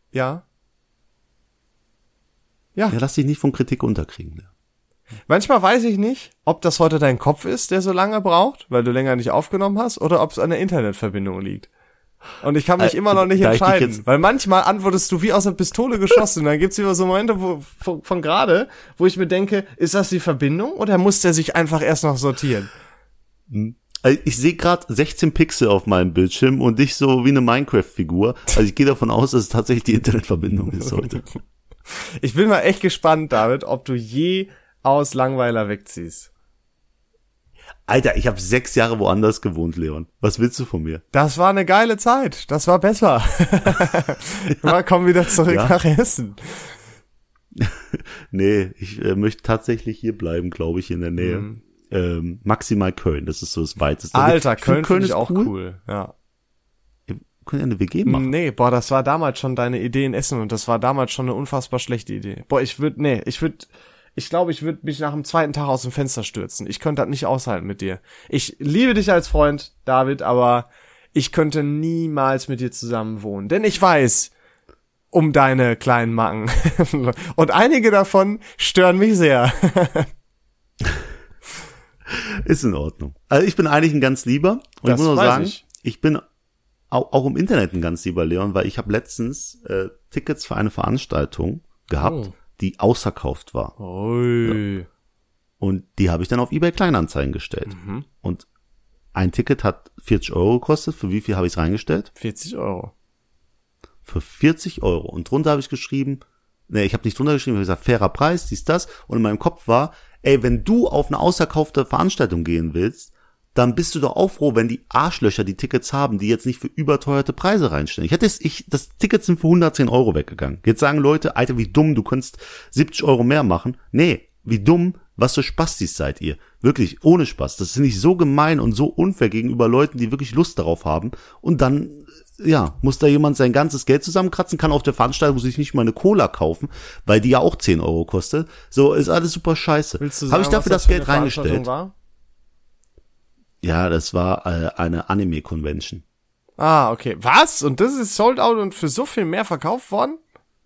lass dich nicht von Kritik unterkriegen. Ja. Manchmal weiß ich nicht, ob das heute dein Kopf ist, der so lange braucht, weil du länger nicht aufgenommen hast, oder ob es an der Internetverbindung liegt. Und ich kann mich immer noch nicht entscheiden, weil manchmal antwortest du wie aus einer Pistole geschossen. Und dann gibt's immer so Momente von gerade, wo ich mir denke, ist das die Verbindung oder muss der sich einfach erst noch sortieren? Also ich sehe gerade 16 Pixel auf meinem Bildschirm und dich so wie eine Minecraft-Figur. Also ich gehe davon aus, dass es tatsächlich die Internetverbindung ist heute. Ich bin mal echt gespannt, David, ob du je aus Langweiler wegziehst. Alter, ich habe 6 Jahre woanders gewohnt, Leon. Was willst du von mir? Das war eine geile Zeit. Das war besser. Mal komm wieder zurück nach Hessen. Nee, ich möchte tatsächlich hier bleiben, glaube ich, in der Nähe. Maximal Köln, das ist so das Weiteste. Alter, Köln finde ich auch cool. Ja. Wir können ja eine WG machen. Nee, das war damals schon deine Idee in Essen und das war damals schon eine unfassbar schlechte Idee. Ich glaube, ich würde mich nach dem zweiten Tag aus dem Fenster stürzen. Ich könnte das nicht aushalten mit dir. Ich liebe dich als Freund, David, aber ich könnte niemals mit dir zusammen wohnen. Denn ich weiß um deine kleinen Macken. Und einige davon stören mich sehr. Ist in Ordnung. Also ich bin eigentlich ein ganz lieber. Und ich muss auch sagen, ich bin auch im Internet ein ganz lieber, Leon, weil ich habe letztens Tickets für eine Veranstaltung gehabt, die ausverkauft war. Ui. Ja. Und die habe ich dann auf eBay Kleinanzeigen gestellt. Und ein Ticket hat 40 € gekostet. Für wie viel habe ich es reingestellt? 40 €. Für 40 €. Und drunter habe ich geschrieben, ich habe nicht drunter geschrieben, ich habe gesagt, fairer Preis, dies, das. Und in meinem Kopf war, wenn du auf eine ausverkaufte Veranstaltung gehen willst, dann bist du doch auch froh, wenn die Arschlöcher die Tickets haben, die jetzt nicht für überteuerte Preise reinstellen. Das Ticket sind für 110 € weggegangen. Jetzt sagen Leute, Alter, wie dumm, du könntest 70 € mehr machen. Nee, wie dumm, was für Spastis seid ihr. Wirklich, ohne Spaß. Das ist nicht so gemein und so unfair gegenüber Leuten, die wirklich Lust darauf haben. Und dann, muss da jemand sein ganzes Geld zusammenkratzen, kann auf der Veranstaltung sich nicht mal eine Cola kaufen, weil die ja auch 10 € kostet. So, ist alles super scheiße. Habe ich dafür das Geld reingestellt? War? Ja, das war eine Anime-Convention. Ah, okay. Was? Und das ist sold out und für so viel mehr verkauft worden?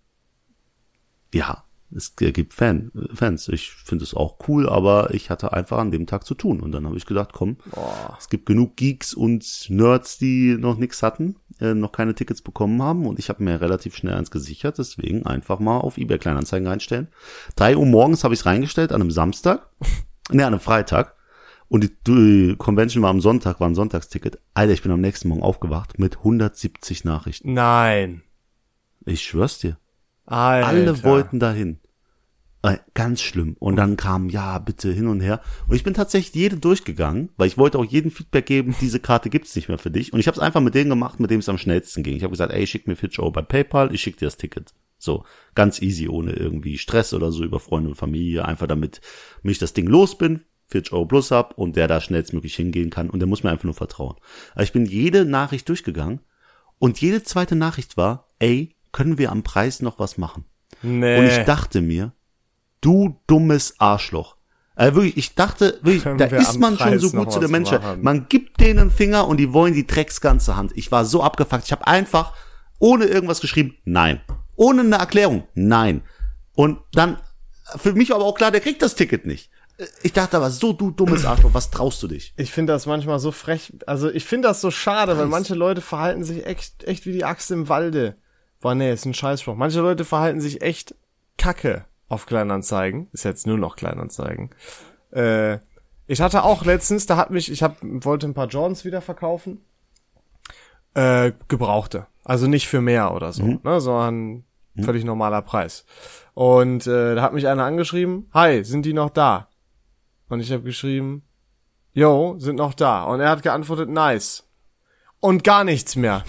Ja, es gibt Fans. Ich finde es auch cool, aber ich hatte einfach an dem Tag zu tun. Und dann habe ich gedacht, komm, es gibt genug Geeks und Nerds, die noch nichts hatten, noch keine Tickets bekommen haben. Und ich habe mir relativ schnell eins gesichert. Deswegen einfach mal auf eBay Kleinanzeigen reinstellen. 3 Uhr morgens habe ich es reingestellt, an einem Samstag. An einem Freitag. Und die Convention war am Sonntag, war ein Sonntagsticket. Alter, ich bin am nächsten Morgen aufgewacht mit 170 Nachrichten. Nein. Ich schwör's dir. Alter. Alle wollten dahin. Ganz schlimm. Und dann kam, ja, bitte hin und her. Und ich bin tatsächlich jede durchgegangen, weil ich wollte auch jedem Feedback geben, diese Karte gibt's nicht mehr für dich. Und ich habe es einfach mit denen gemacht, mit dem es am schnellsten ging. Ich habe gesagt, ey, schick mir 40 € bei PayPal, ich schick dir das Ticket. So, ganz easy, ohne irgendwie Stress oder so über Freunde und Familie. Einfach damit ich das Ding los bin, 40 € plus hab und der da schnellstmöglich hingehen kann. Und der muss mir einfach nur vertrauen. Aber ich bin jede Nachricht durchgegangen und jede zweite Nachricht war, ey, können wir am Preis noch was machen? Nee. Und ich dachte mir, du dummes Arschloch. Wirklich, ich dachte, wirklich, da ist man schon so gut zu der Menschheit. Man gibt denen einen Finger und die wollen die Drecksganze Hand. Ich war so abgefuckt. Ich habe einfach ohne irgendwas geschrieben, nein. Ohne eine Erklärung, nein. Und dann, für mich aber auch klar, der kriegt das Ticket nicht. Ich dachte aber, so du dummes Arschloch, was traust du dich? Ich finde das manchmal so frech. Also ich finde das so schade, weil manche Leute verhalten sich echt wie die Axt im Walde. Boah, nee, ist ein Scheißspruch. Manche Leute verhalten sich echt kacke auf Kleinanzeigen. Ist jetzt nur noch Kleinanzeigen. Ich hatte auch letztens, wollte ein paar Jordans wieder verkaufen. Gebrauchte. Also nicht für mehr oder so, ne, sondern völlig normaler Preis. Und da hat mich einer angeschrieben, hi, sind die noch da? Und ich habe geschrieben, yo, sind noch da. Und er hat geantwortet, nice. Und gar nichts mehr.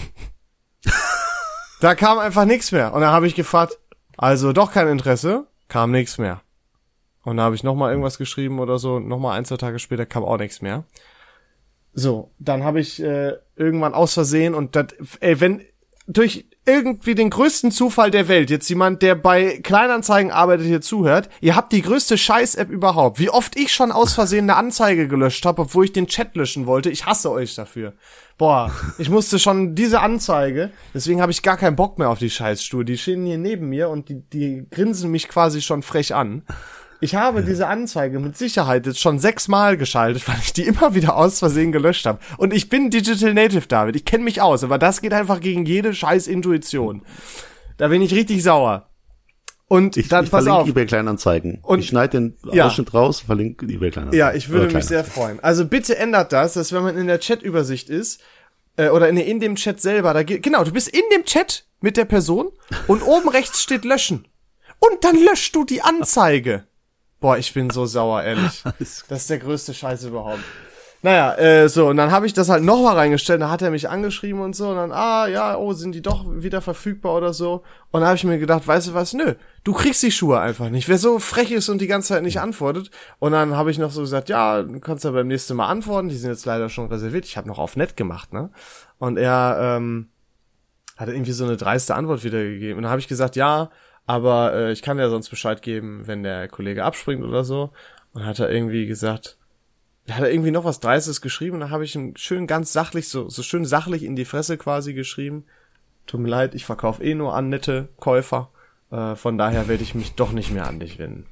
Da kam einfach nichts mehr. Und dann habe ich gefragt, also doch kein Interesse, kam nichts mehr. Und da habe ich nochmal irgendwas geschrieben oder so, nochmal 1, 2 Tage später kam auch nichts mehr. So, dann habe ich irgendwann aus Versehen und das, wenn durch irgendwie den größten Zufall der Welt jetzt jemand, der bei Kleinanzeigen arbeitet, hier zuhört, ihr habt die größte Scheiß-App überhaupt. Wie oft ich schon aus Versehen eine Anzeige gelöscht habe, obwohl ich den Chat löschen wollte. Ich hasse euch dafür. Boah, ich musste schon diese Anzeige, deswegen habe ich gar keinen Bock mehr auf die Scheißstuhl. Die stehen hier neben mir und die grinsen mich quasi schon frech an. Ich habe diese Anzeige mit Sicherheit jetzt schon 6-mal geschaltet, weil ich die immer wieder aus Versehen gelöscht habe. Und ich bin Digital Native, David. Ich kenne mich aus, aber das geht einfach gegen jede scheiß Intuition. Da bin ich richtig sauer. Und dann, pass auf. eBay Kleinanzeigen. Und ich schneide den Ausschnitt raus, verlinke eBay Kleinanzeigen. Ja, ich würde mich sehr freuen. Also bitte ändert das, dass wenn man in der Chat-Übersicht ist, oder in dem Chat selber, genau, du bist in dem Chat mit der Person und oben rechts steht löschen. Und dann löschst du die Anzeige. Boah, ich bin so sauer, ehrlich. Das ist der größte Scheiß überhaupt. Naja, so, und dann habe ich das halt nochmal reingestellt, da hat er mich angeschrieben und so, und dann, sind die doch wieder verfügbar oder so. Und dann habe ich mir gedacht, weißt du was, nö, du kriegst die Schuhe einfach nicht. Wer so frech ist und die ganze Zeit nicht antwortet. Und dann habe ich noch so gesagt, ja, du kannst ja beim nächsten Mal antworten, die sind jetzt leider schon reserviert. Ich habe noch auf nett gemacht, ne? Und er hat irgendwie so eine dreiste Antwort wiedergegeben. Und dann habe ich gesagt, ja, aber ich kann ja sonst Bescheid geben, wenn der Kollege abspringt oder so. Und hat er irgendwie gesagt, hat er irgendwie noch was Dreistes geschrieben. Und dann habe ich ihm schön ganz sachlich, so schön sachlich in die Fresse quasi geschrieben. Tut mir leid, ich verkaufe eh nur an nette Käufer. Von daher werde ich mich doch nicht mehr an dich wenden.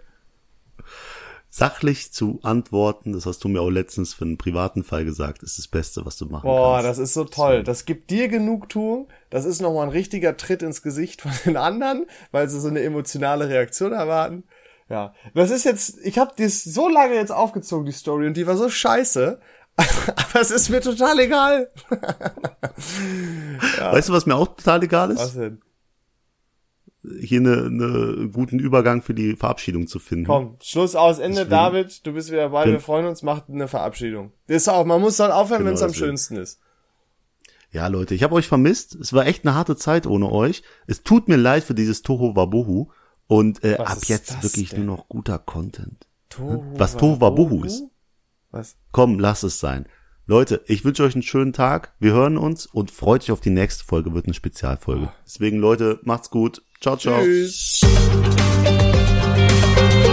Sachlich zu antworten, das hast du mir auch letztens für einen privaten Fall gesagt, ist das Beste, was du machen kannst. Boah, das ist so toll. Das gibt dir Genugtuung. Das ist nochmal ein richtiger Tritt ins Gesicht von den anderen, weil sie so eine emotionale Reaktion erwarten. Ja, das ist jetzt, ich habe das so lange jetzt aufgezogen, die Story, und die war so scheiße, aber es ist mir total egal. Ja. Weißt du, was mir auch total egal ist? Was denn? Hier eine guten Übergang für die Verabschiedung zu finden. Komm, Schluss aus, Ende, David, du bist wieder bei, wir freuen uns, macht eine Verabschiedung. Das ist auch, man muss dann aufhören, wenn es am schönsten ist. Ja, Leute, ich habe euch vermisst, es war echt eine harte Zeit ohne euch. Es tut mir leid für dieses Tohuwabohu und ab jetzt wirklich nur noch guter Content. Was Tohuwabohu ist? Was? Komm, lass es sein. Leute, ich wünsche euch einen schönen Tag. Wir hören uns und freut euch auf die nächste Folge, wird eine Spezialfolge. Deswegen, Leute, macht's gut. Ciao, ciao. Tschüss.